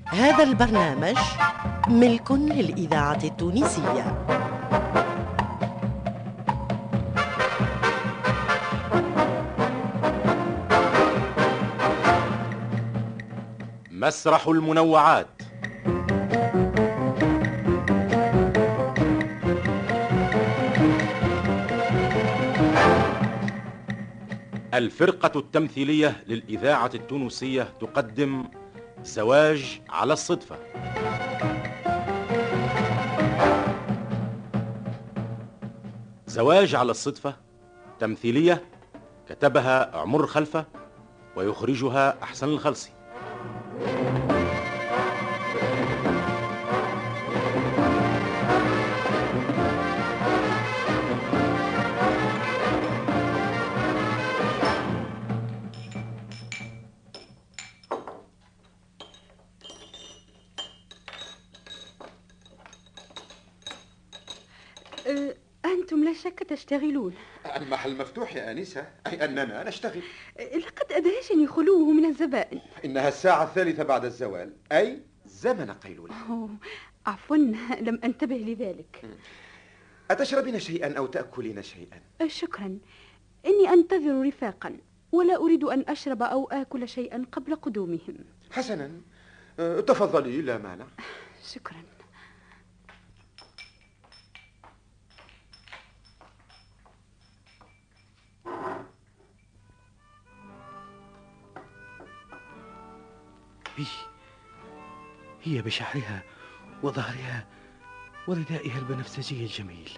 هذا البرنامج ملك للإذاعة التونسية. مسرح المنوعات. الفرقة التمثيلية للإذاعة التونسية تقدم زواج على الصدفة. زواج على الصدفة تمثيلية كتبها عمر خلفة ويخرجها أحسن الخلصي. أنتم لا شك تشتغلون. المحل مفتوح يا آنسة، أي أننا نشتغل. لقد أدهشني خلوه من الزبائن. إنها الساعة 3 بعد الزوال، أي زمن قيلولة. عفوا، لم أنتبه لذلك. أتشربين شيئا أو تأكلين شيئا؟ شكرا، إني أنتظر رفاقا ولا أريد أن أشرب أو آكل شيئا قبل قدومهم. حسنا، تفضلي، لا مانع. شكرا. هي بشعرها وظهرها وردائها البنفسجي الجميل.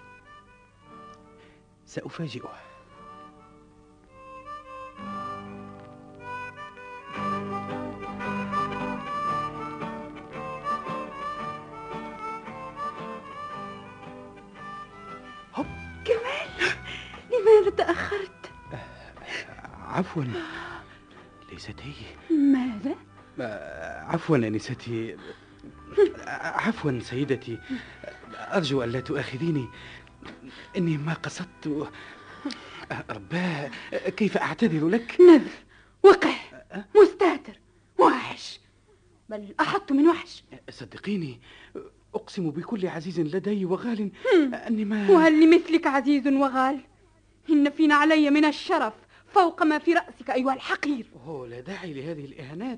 سأفاجئها. هوب كمال، لماذا تأخرت؟ عفوا، ليست هي. ماذا؟ عفوا أنستي، عفوا سيدتي، أرجو أن لا تؤاخذيني، إني ما قصدت. رباه، كيف أعتذر لك؟ نذر، وقح، مستهتر، وحش، بل أحط من وحش. صدقيني، أقسم بكل عزيز لدي وغال أني ما... وهل لمثلك عزيز وغال؟ إن فينا علي من الشرف فوق ما في رأسك أيها الحقير. لا داعي لهذه الإهانات.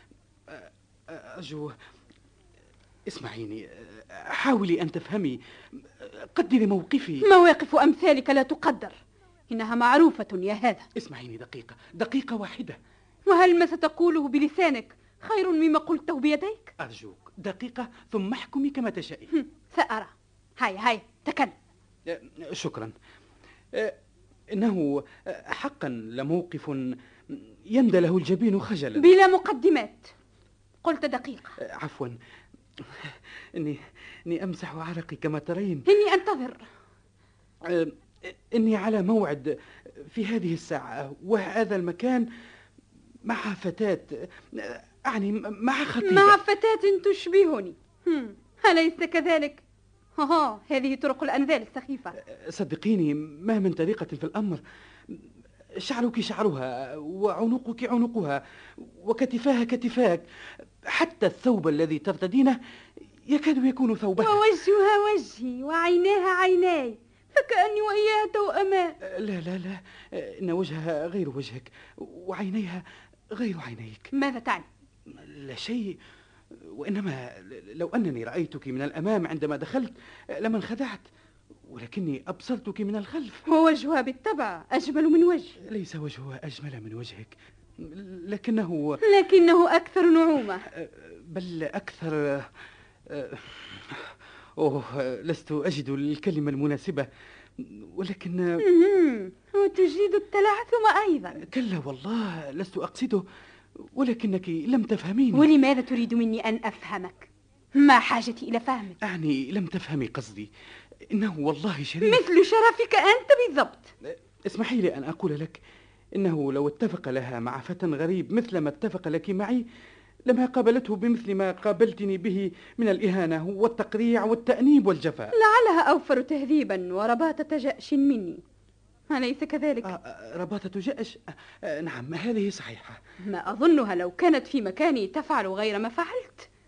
أرجو اسمعيني، حاولي أن تفهمي، قدري موقفي. مواقف أمثالك لا تقدر، إنها معروفة يا هذا. اسمعيني دقيقة واحدة. وهل ما ستقوله بلسانك خير مما قلته بيديك؟ أرجوك دقيقة ثم احكمي كما تشائي. سأرى. هيا تكلم. شكرا. إنه حقا لموقف يندى له الجبين خجلا. بلا مقدمات، قلت دقيقة. عفوا، إني أمسح عرقي كما ترين. إني أنتظر. إني على موعد في هذه الساعة وهذا المكان مع فتاة، أعني مع خطيبة. مع فتاة تشبهني، أليس كذلك؟ هذه طرق الأنذال السخيفة. صدقيني، ما من طريقة في الأمر. شعرك شعرها وعنقك عنقها وكتفاها كتفاك، حتى الثوب الذي ترتدينه يكاد يكون ثوبها. ووجهها وجهي وعيناها عيناي، فكأني وإياها توأمان. لا لا لا، إن وجهها غير وجهك وعينيها غير عينيك. ماذا تعني؟ لا شيء، وإنما لو أنني رأيتك من الأمام عندما دخلت لما انخدعت، ولكني أبصرتك من الخلف. ووجهها بالطبع أجمل من وجه. ليس وجهها أجمل من وجهك، لكنه أكثر نعومة، بل أكثر... لست أجد الكلمة المناسبة، ولكن... وتجيد التلعثم أيضا. كلا والله، لست أقصده، ولكنك لم تفهميني. ولماذا تريد مني أن أفهمك؟ ما حاجتي إلى فهمك؟ أعني لم تفهمي قصدي، إنه والله شريف مثل شرفك أنت بالضبط. اسمحي لي أن أقول لك إنه لو اتفق لها مع فتى غريب مثل ما اتفق لك معي لما قابلته بمثل ما قابلتني به من الإهانة والتقريع والتأنيب والجفاء. لعلها أوفر تهذيبا ورباطة جأش مني، أليس كذلك؟ رباطة جأش، نعم هذه صحيحة. ما أظنها لو كانت في مكاني تفعل غير ما فعلت.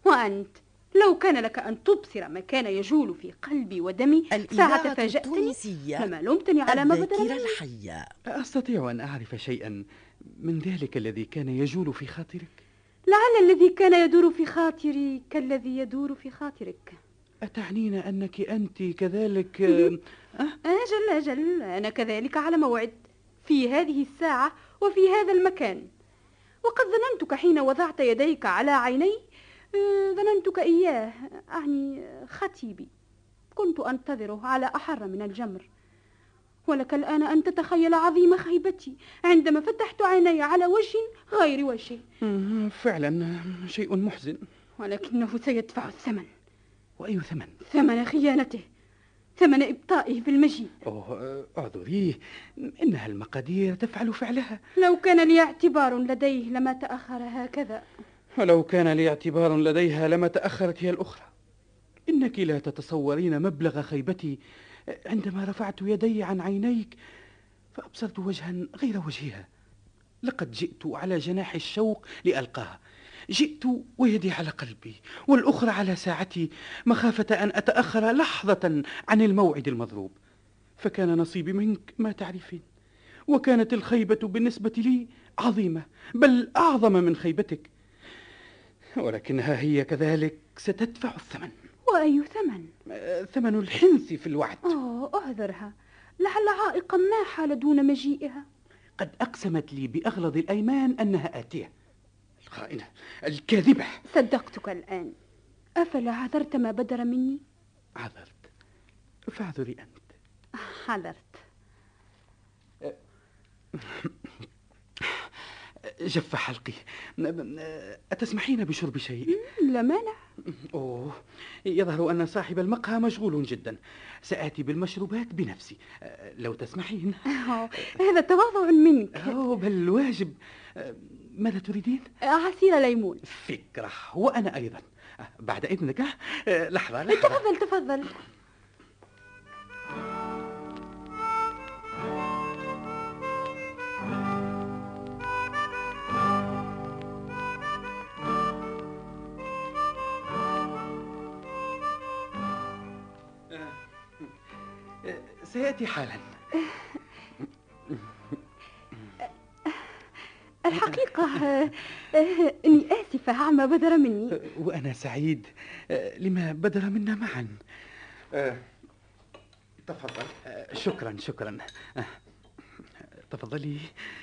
وأنت لو كان لك أن تبصر ما كان يجول في قلبي ودمي ساعة الإذاعة فاجأتني التونسية لما لمتني على ما بدل الذاكرة مني. الحية. أستطيع أن أعرف شيئا من ذلك الذي كان يجول في خاطرك؟ لعل الذي كان يدور في خاطري كالذي يدور في خاطرك. أتعنين أنك أنت كذلك؟ أجل أجل، أنا كذلك على موعد في هذه الساعة وفي هذا المكان. وقد ظننتك حين وضعت يديك على عيني، ظننتك إياه، أعني خطيبي. كنت أنتظره على أحر من الجمر، ولك الآن أن تتخيل عظيم خيبتي عندما فتحت عيني على وجه غير وجهي. فعلا شيء محزن، ولكنه سيدفع الثمن. وأي ثمن؟ ثمن خيانته، ثمن إبطائه في المجيء. اعذري، إنها المقادير تفعل فعلها. لو كان لي اعتبار لديه لما تأخر هكذا. ولو كان لي اعتبار لديها لما تأخرت هي الأخرى. إنك لا تتصورين مبلغ خيبتي عندما رفعت يدي عن عينيك فأبصرت وجها غير وجهها. لقد جئت على جناح الشوق لألقاها، جئت ويدي على قلبي والأخرى على ساعتي، مخافة أن أتأخر لحظة عن الموعد المضروب. فكان نصيبي منك ما تعرفين، وكانت الخيبة بالنسبة لي عظيمة، بل أعظم من خيبتك. ولكنها هي كذلك ستدفع الثمن. وأي ثمن؟ ثمن الحنث في الوعد. أعذرها، لعل عائقا ما حال دون مجيئها. قد أقسمت لي بأغلظ الأيمان أنها آتية. الخائنة الكاذبة. صدقتك الآن. أفلا عذرت ما بدر مني؟ عذرت، فاعذري أنت. عذرت. جف حلقي، أتسمحين بشرب شيء؟ لا مانع. يظهر أن صاحب المقهى مشغول جدا، سآتي بالمشروبات بنفسي لو تسمحين. هذا تواضع منك. بل واجب. ماذا تريدين؟ عصير ليمون. فكرة، وأنا أيضا. بعد إذنك. لحظة. تفضل تفضل. سيأتي حالا. الحقيقة إني آسفة عما بدر مني. وأنا سعيد لما بدر منا معا. تفضل. شكرا. تفضلي.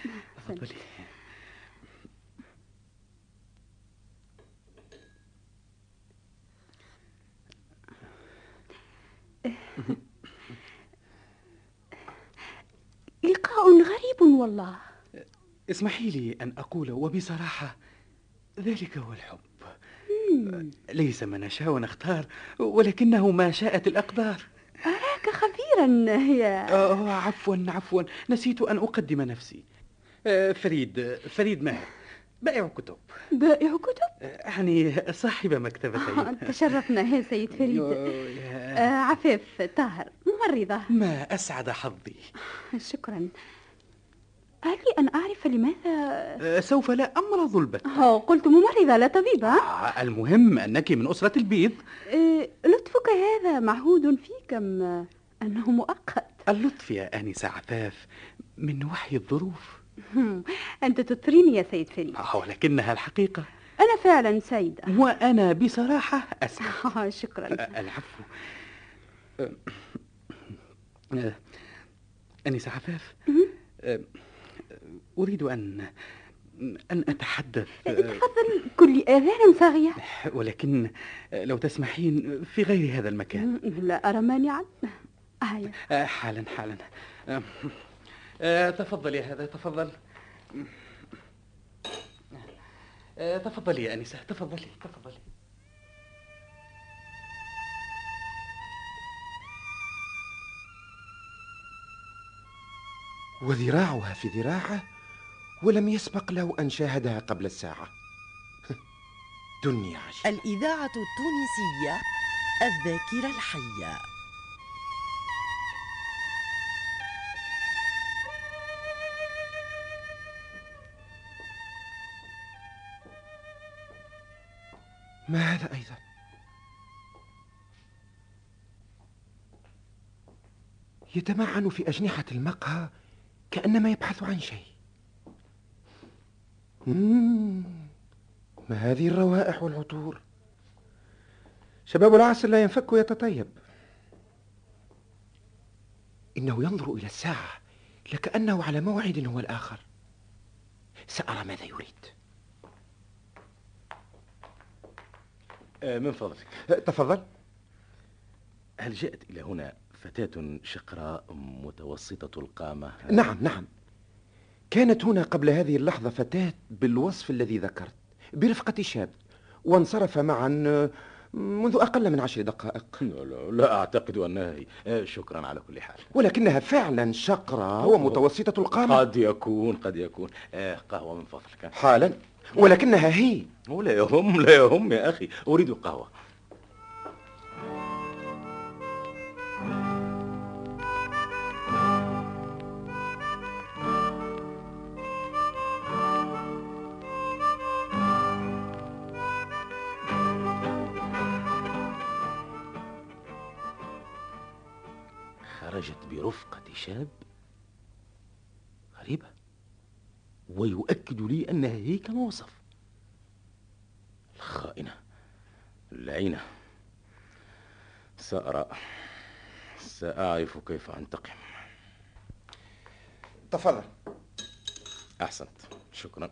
لقاء غريب والله. اسمحي لي أن أقول وبصراحة ذلك هو الحب. ليس ما نشاء ونختار، ولكنه ما شاءت الأقدار. أراك خبيرا يا... عفوا، نسيت أن أقدم نفسي. فريد ماهر، بائع كتب. بائع كتب؟ يعني صاحب مكتبتين. تشرفنا يا سيد فريد. عفاف طاهر، ممرضة. ما أسعد حظي. شكرا. هل لي أن أعرف لماذا؟ سوف لا أمرض البتة. قلت ممرضة لا طبيبة. المهم أنك من أسرة البيض. لطفك هذا معهود فيك أم أنه مؤقت؟ اللطف يا آنسة عفاف من وحي الظروف. أنت تطريني يا سيد فريد. ولكنها الحقيقة. أنا فعلا سعيدة. وأنا بصراحة أسعد. شكرا. العفو. آنسة عفاف، أريد أن أتحدث. تفضل، كل آذان صاغية. ولكن لو تسمحين في غير هذا المكان. لا أرى مانعا. حالا. تفضل يا هذا، تفضل. تفضلي يا أنسة، تفضلي. وذراعها في ذراعه، ولم يسبق له أن شاهدها قبل الساعة. دنيا عجيبة. الإذاعة التونسية الذاكرة الحية. ما هذا أيضا؟ يتمعن في أجنحة المقهى كأنما يبحث عن شيء. ما هذه الروائح والعطور؟ شباب العصر لا ينفك يتطيب. إنه ينظر إلى الساعة لكأنه على موعد هو الآخر. سأرى ماذا يريد. من فضلك. تفضل. هل جاءت إلى هنا فتاة شقراء متوسطة القامة؟ نعم نعم، كانت هنا قبل هذه اللحظة فتاة بالوصف الذي ذكرت برفقة شاب، وانصرف معا منذ أقل من 10 دقائق. لا أعتقد أنها هي. شكرا على كل حال. ولكنها فعلا شقراء ومتوسطة القامة. قد يكون قهوة من فضلك. حالا. ولكنها هي. لا يهم يا أخي، أريد قهوة. خرجت برفقة شاب؟ غريبة. ويؤكد لي أنها هي كما وصف. الخائنة اللعينة. سأعرف كيف أنتقم. تفضل. أحسنت، شكرا.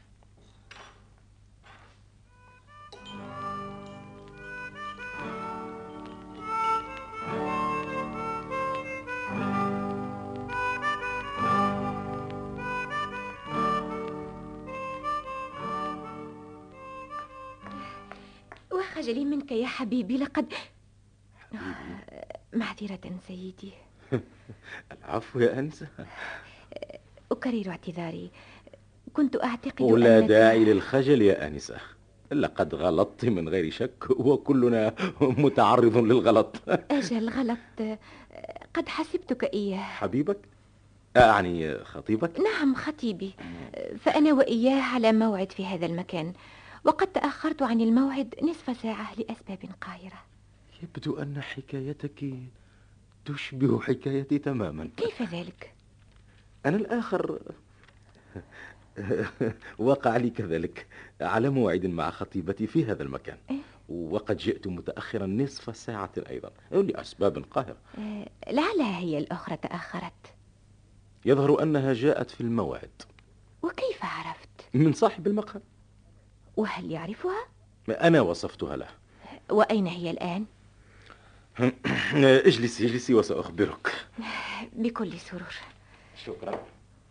وخجلي منك يا حبيبي، لقد معذرة سيدي. العفو يا أنسة. أكرر اعتذاري، كنت أعتقد ولا أنك... داعي للخجل يا أنسة، لقد غلطت من غير شك، وكلنا متعرض للغلط. أجل غلط، قد حسبتك إياه. حبيبك؟ أعني خطيبك؟ نعم خطيبي، فأنا وإياه على موعد في هذا المكان، وقد تأخرت عن الموعد نصف ساعة لأسباب قاهرة. يبدو أن حكايتك تشبه حكايتي تماما. كيف ذلك؟ أنا الآخر وقع لي كذلك، على موعد مع خطيبتي في هذا المكان. وقد جئت متأخرا نصف ساعة أيضا لأسباب قاهرة. لعلها هي الأخرى تأخرت. يظهر أنها جاءت في الموعد. وكيف عرفت؟ من صاحب المقهى. وهل يعرفها؟ أنا وصفتها له. وأين هي الآن؟ اجلسي وسأخبرك. بكل سرور. شكرا.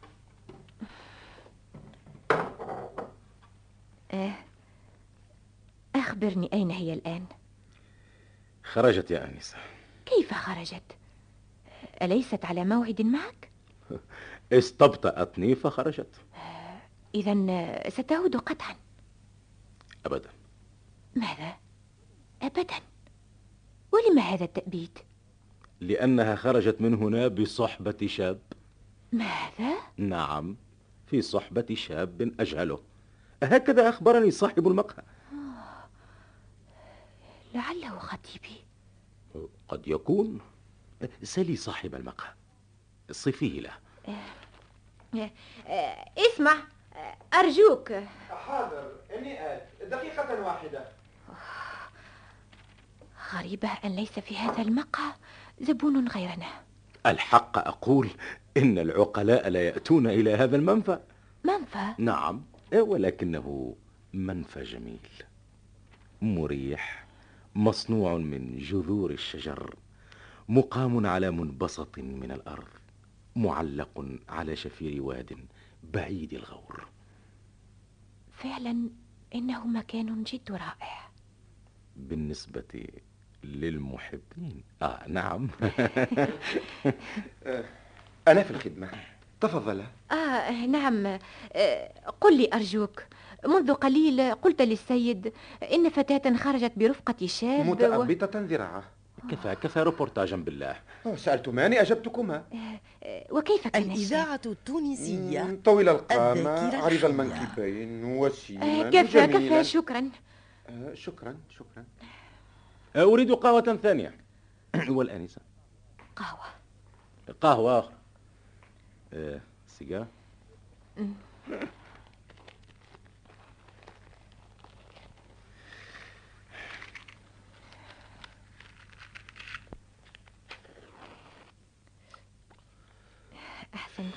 أخبرني، أين هي الآن؟ خرجت يا أنسة. كيف خرجت؟ أليست على موعد معك؟ استبطأتني فخرجت. إذن ستعود قطعا. أبدا. ماذا؟ أبدا؟ ولما هذا التأبيد؟ لأنها خرجت من هنا بصحبة شاب. ماذا؟ نعم، في صحبة شاب أجهله. هكذا أخبرني صاحب المقهى. لعله خطيبي. قد يكون. سلي صاحب المقهى، صفيه له. اسمع أرجوك. حاضر، إني آت. دقيقة واحدة. غريبة أن ليس في هذا المقهى زبون غيرنا. الحق أقول إن العقلاء لا يأتون إلى هذا المنفى. منفى؟ نعم، ولكنه منفى جميل مريح، مصنوع من جذور الشجر، مقام على منبسط من الأرض، معلق على شفير واد بعيد الغور. فعلا إنه مكان جد رائع. بالنسبة للمحبين نعم. أنا في الخدمة، تفضل. نعم. قل لي أرجوك، منذ قليل قلت للسيد إن فتاة خرجت برفقة شاب متأبطة ذراعه. كفى ريبورتاجا بالله. سألتماني أجبتكما. وكيف كان الإذاعة التونسية طويل القامة، الذاكرة عريض الحية. المنكبين، وسيما كفى جميلا. شكرا. شكرا شكرا. أريد قهوة ثانية. والآنسة؟ قهوة أخرى. سيجارة؟ أحسنت.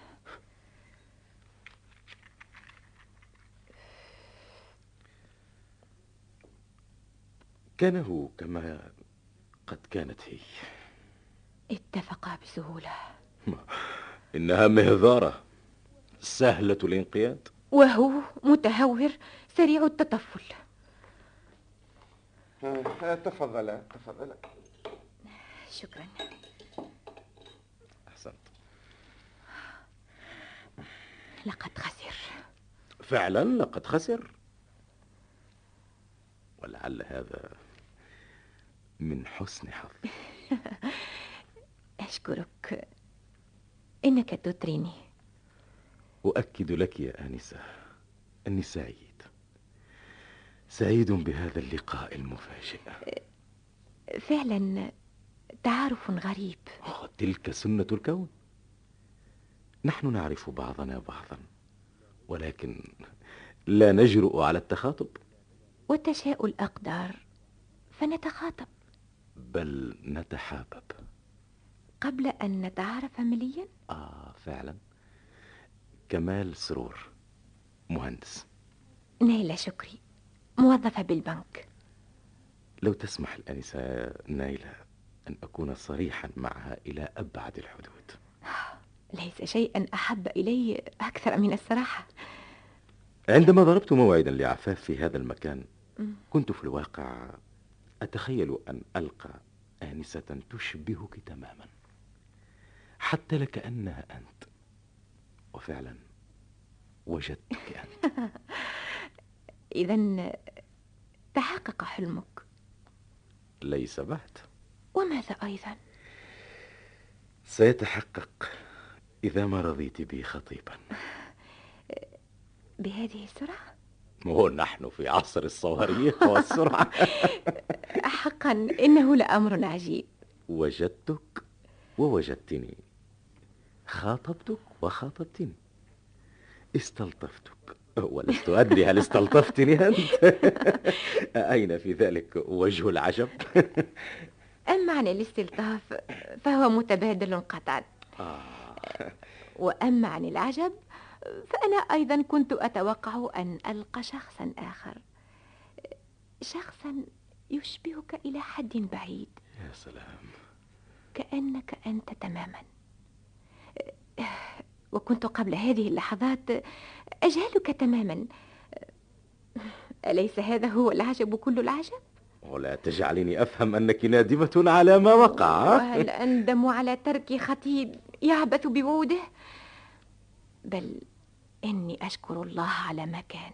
كان هو كما قد كانت هي. اتفقا بسهولة. إنها مهذارة سهلة الانقياد، وهو متهور سريع التطفل. تفضل تفضل. شكرا. أحسنت. لقد خسر. فعلا لقد خسر، ولعل هذا من حسن حظي. أشكرك، إنك تطريني. أؤكد لك يا آنسة أني سعيد بهذا اللقاء المفاجئ. فعلا تعارف غريب. تلك سنة الكون. نحن نعرف بعضنا بعضا، ولكن لا نجرؤ على التخاطب. وتشاء الأقدار فنتخاطب، بل نتحابب قبل أن نتعارف مليا. فعلا. كمال سرور، مهندس. نايلة شكري، موظفة بالبنك. لو تسمح الآنسة نايلة أن أكون صريحا معها إلى أبعد الحدود. ليس شيئا أحب إلي أكثر من الصراحة. عندما ضربت موعدا لعفاف في هذا المكان، كنت في الواقع أتخيل أن ألقى آنسة تشبهك تماما، حتى لكأنها أنت. وفعلا وجدتك أنت. إذن تحقق حلمك. ليس بعد. وماذا أيضا؟ سيتحقق إذا ما رضيت بي خطيبا. بهذه السرعة؟ ونحن في عصر الصواريخ والسرعة. حقا إنه لأمر عجيب. وجدتك ووجدتني، خاطبتك وخاطبتني، استلطفتك ولست أدري هل استلطفتني أنت. أين في ذلك وجه العجب؟ أما عن الاستلطاف فهو متبادل قطعا. وأما عن العجب فأنا أيضا كنت أتوقع أن ألقى شخصا آخر، شخصا يشبهك إلى حد بعيد. يا سلام، كأنك أنت تماما. وكنت قبل هذه اللحظات أجهلك تماما. أليس هذا هو العجب كل العجب؟ ولا تجعليني أفهم أنك نادمة على ما وقع. وهل أندم على ترك خطيب يعبث بوعوده؟ بل إني أشكر الله على ما كان.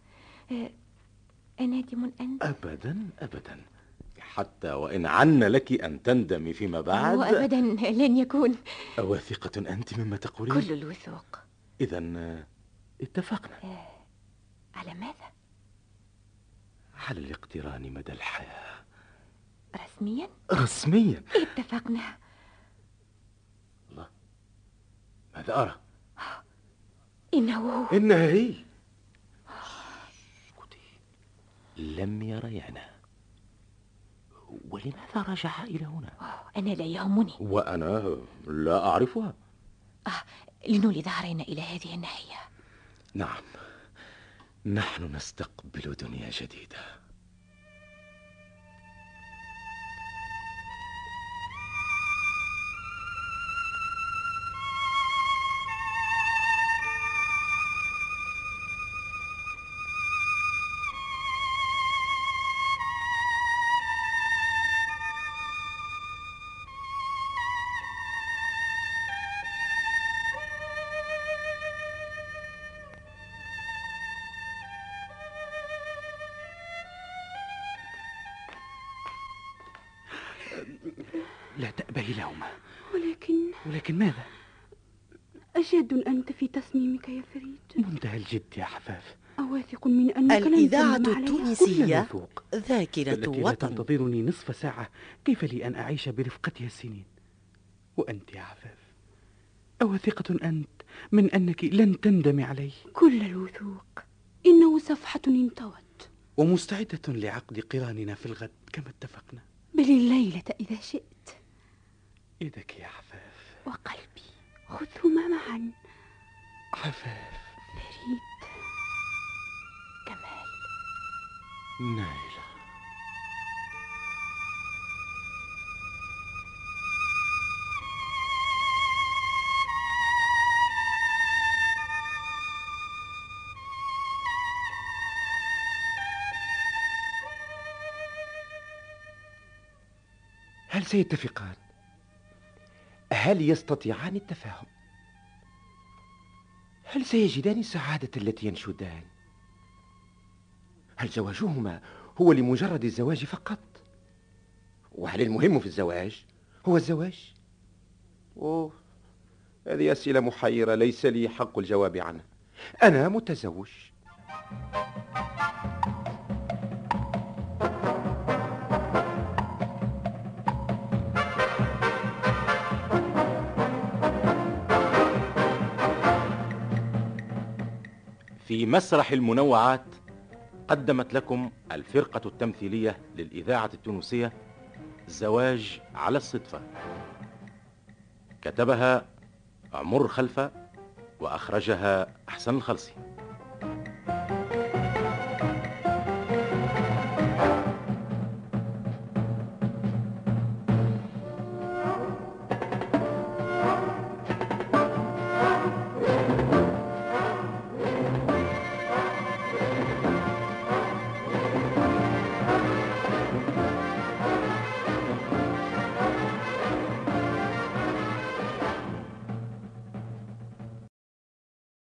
أنادم أنت؟ أبدا أبدا، حتى وإن عن لك أن تندمي فيما بعد. وأبدا لن يكون. أواثقة أنت مما تقولين؟ كل الوثوق. إذن اتفقنا. على ماذا؟ على الاقتران مدى الحياة. رسميا؟ رسميا اتفقنا. الله، ماذا أرى؟ إنها هي. اسكتي، لم يرينا. ولماذا رجع إلى هنا؟ أنا لا يهمني. وأنا لا أعرفها. لنولي ظهرنا إلى هذه الناحية. نعم، نحن نستقبل دنيا جديدة. لا تأبهي لهما. ولكن ماذا؟ أجاد أنت في تصميمك يا فريد؟ منتهى الجد يا حفاف. واثق من أنك لن الإذاعة تنم عليها. التونسية الوثوق. ذاكرة التي لا وطن. تنتظرني نصف ساعة، كيف لي أن أعيش برفقتها السنين؟ وأنت يا عفاف، أوثقة أنت من أنك لن تندمي علي؟ كل الوثوق، إنه صفحة انطوت. ومستعدة لعقد قراننا في الغد كما اتفقنا. بل الليلة إذا شئت. يدك يا عفاف. وقلبي، خذهما معا. عفاف. فريد، كمال. نايلة. هل سيتفقان؟ هل يستطيعان التفاهم؟ هل سيجدان السعادة التي ينشدان؟ هل زواجهما هو لمجرد الزواج فقط؟ وهل المهم في الزواج هو الزواج؟ أوه، هذه أسئلة محيرة ليس لي حق الجواب عنها. أنا متزوج. في مسرح المنوعات قدمت لكم الفرقة التمثيلية للإذاعة التونسية زواج على الصدفة. كتبها عمر خلفة وأخرجها أحسن الخلصي.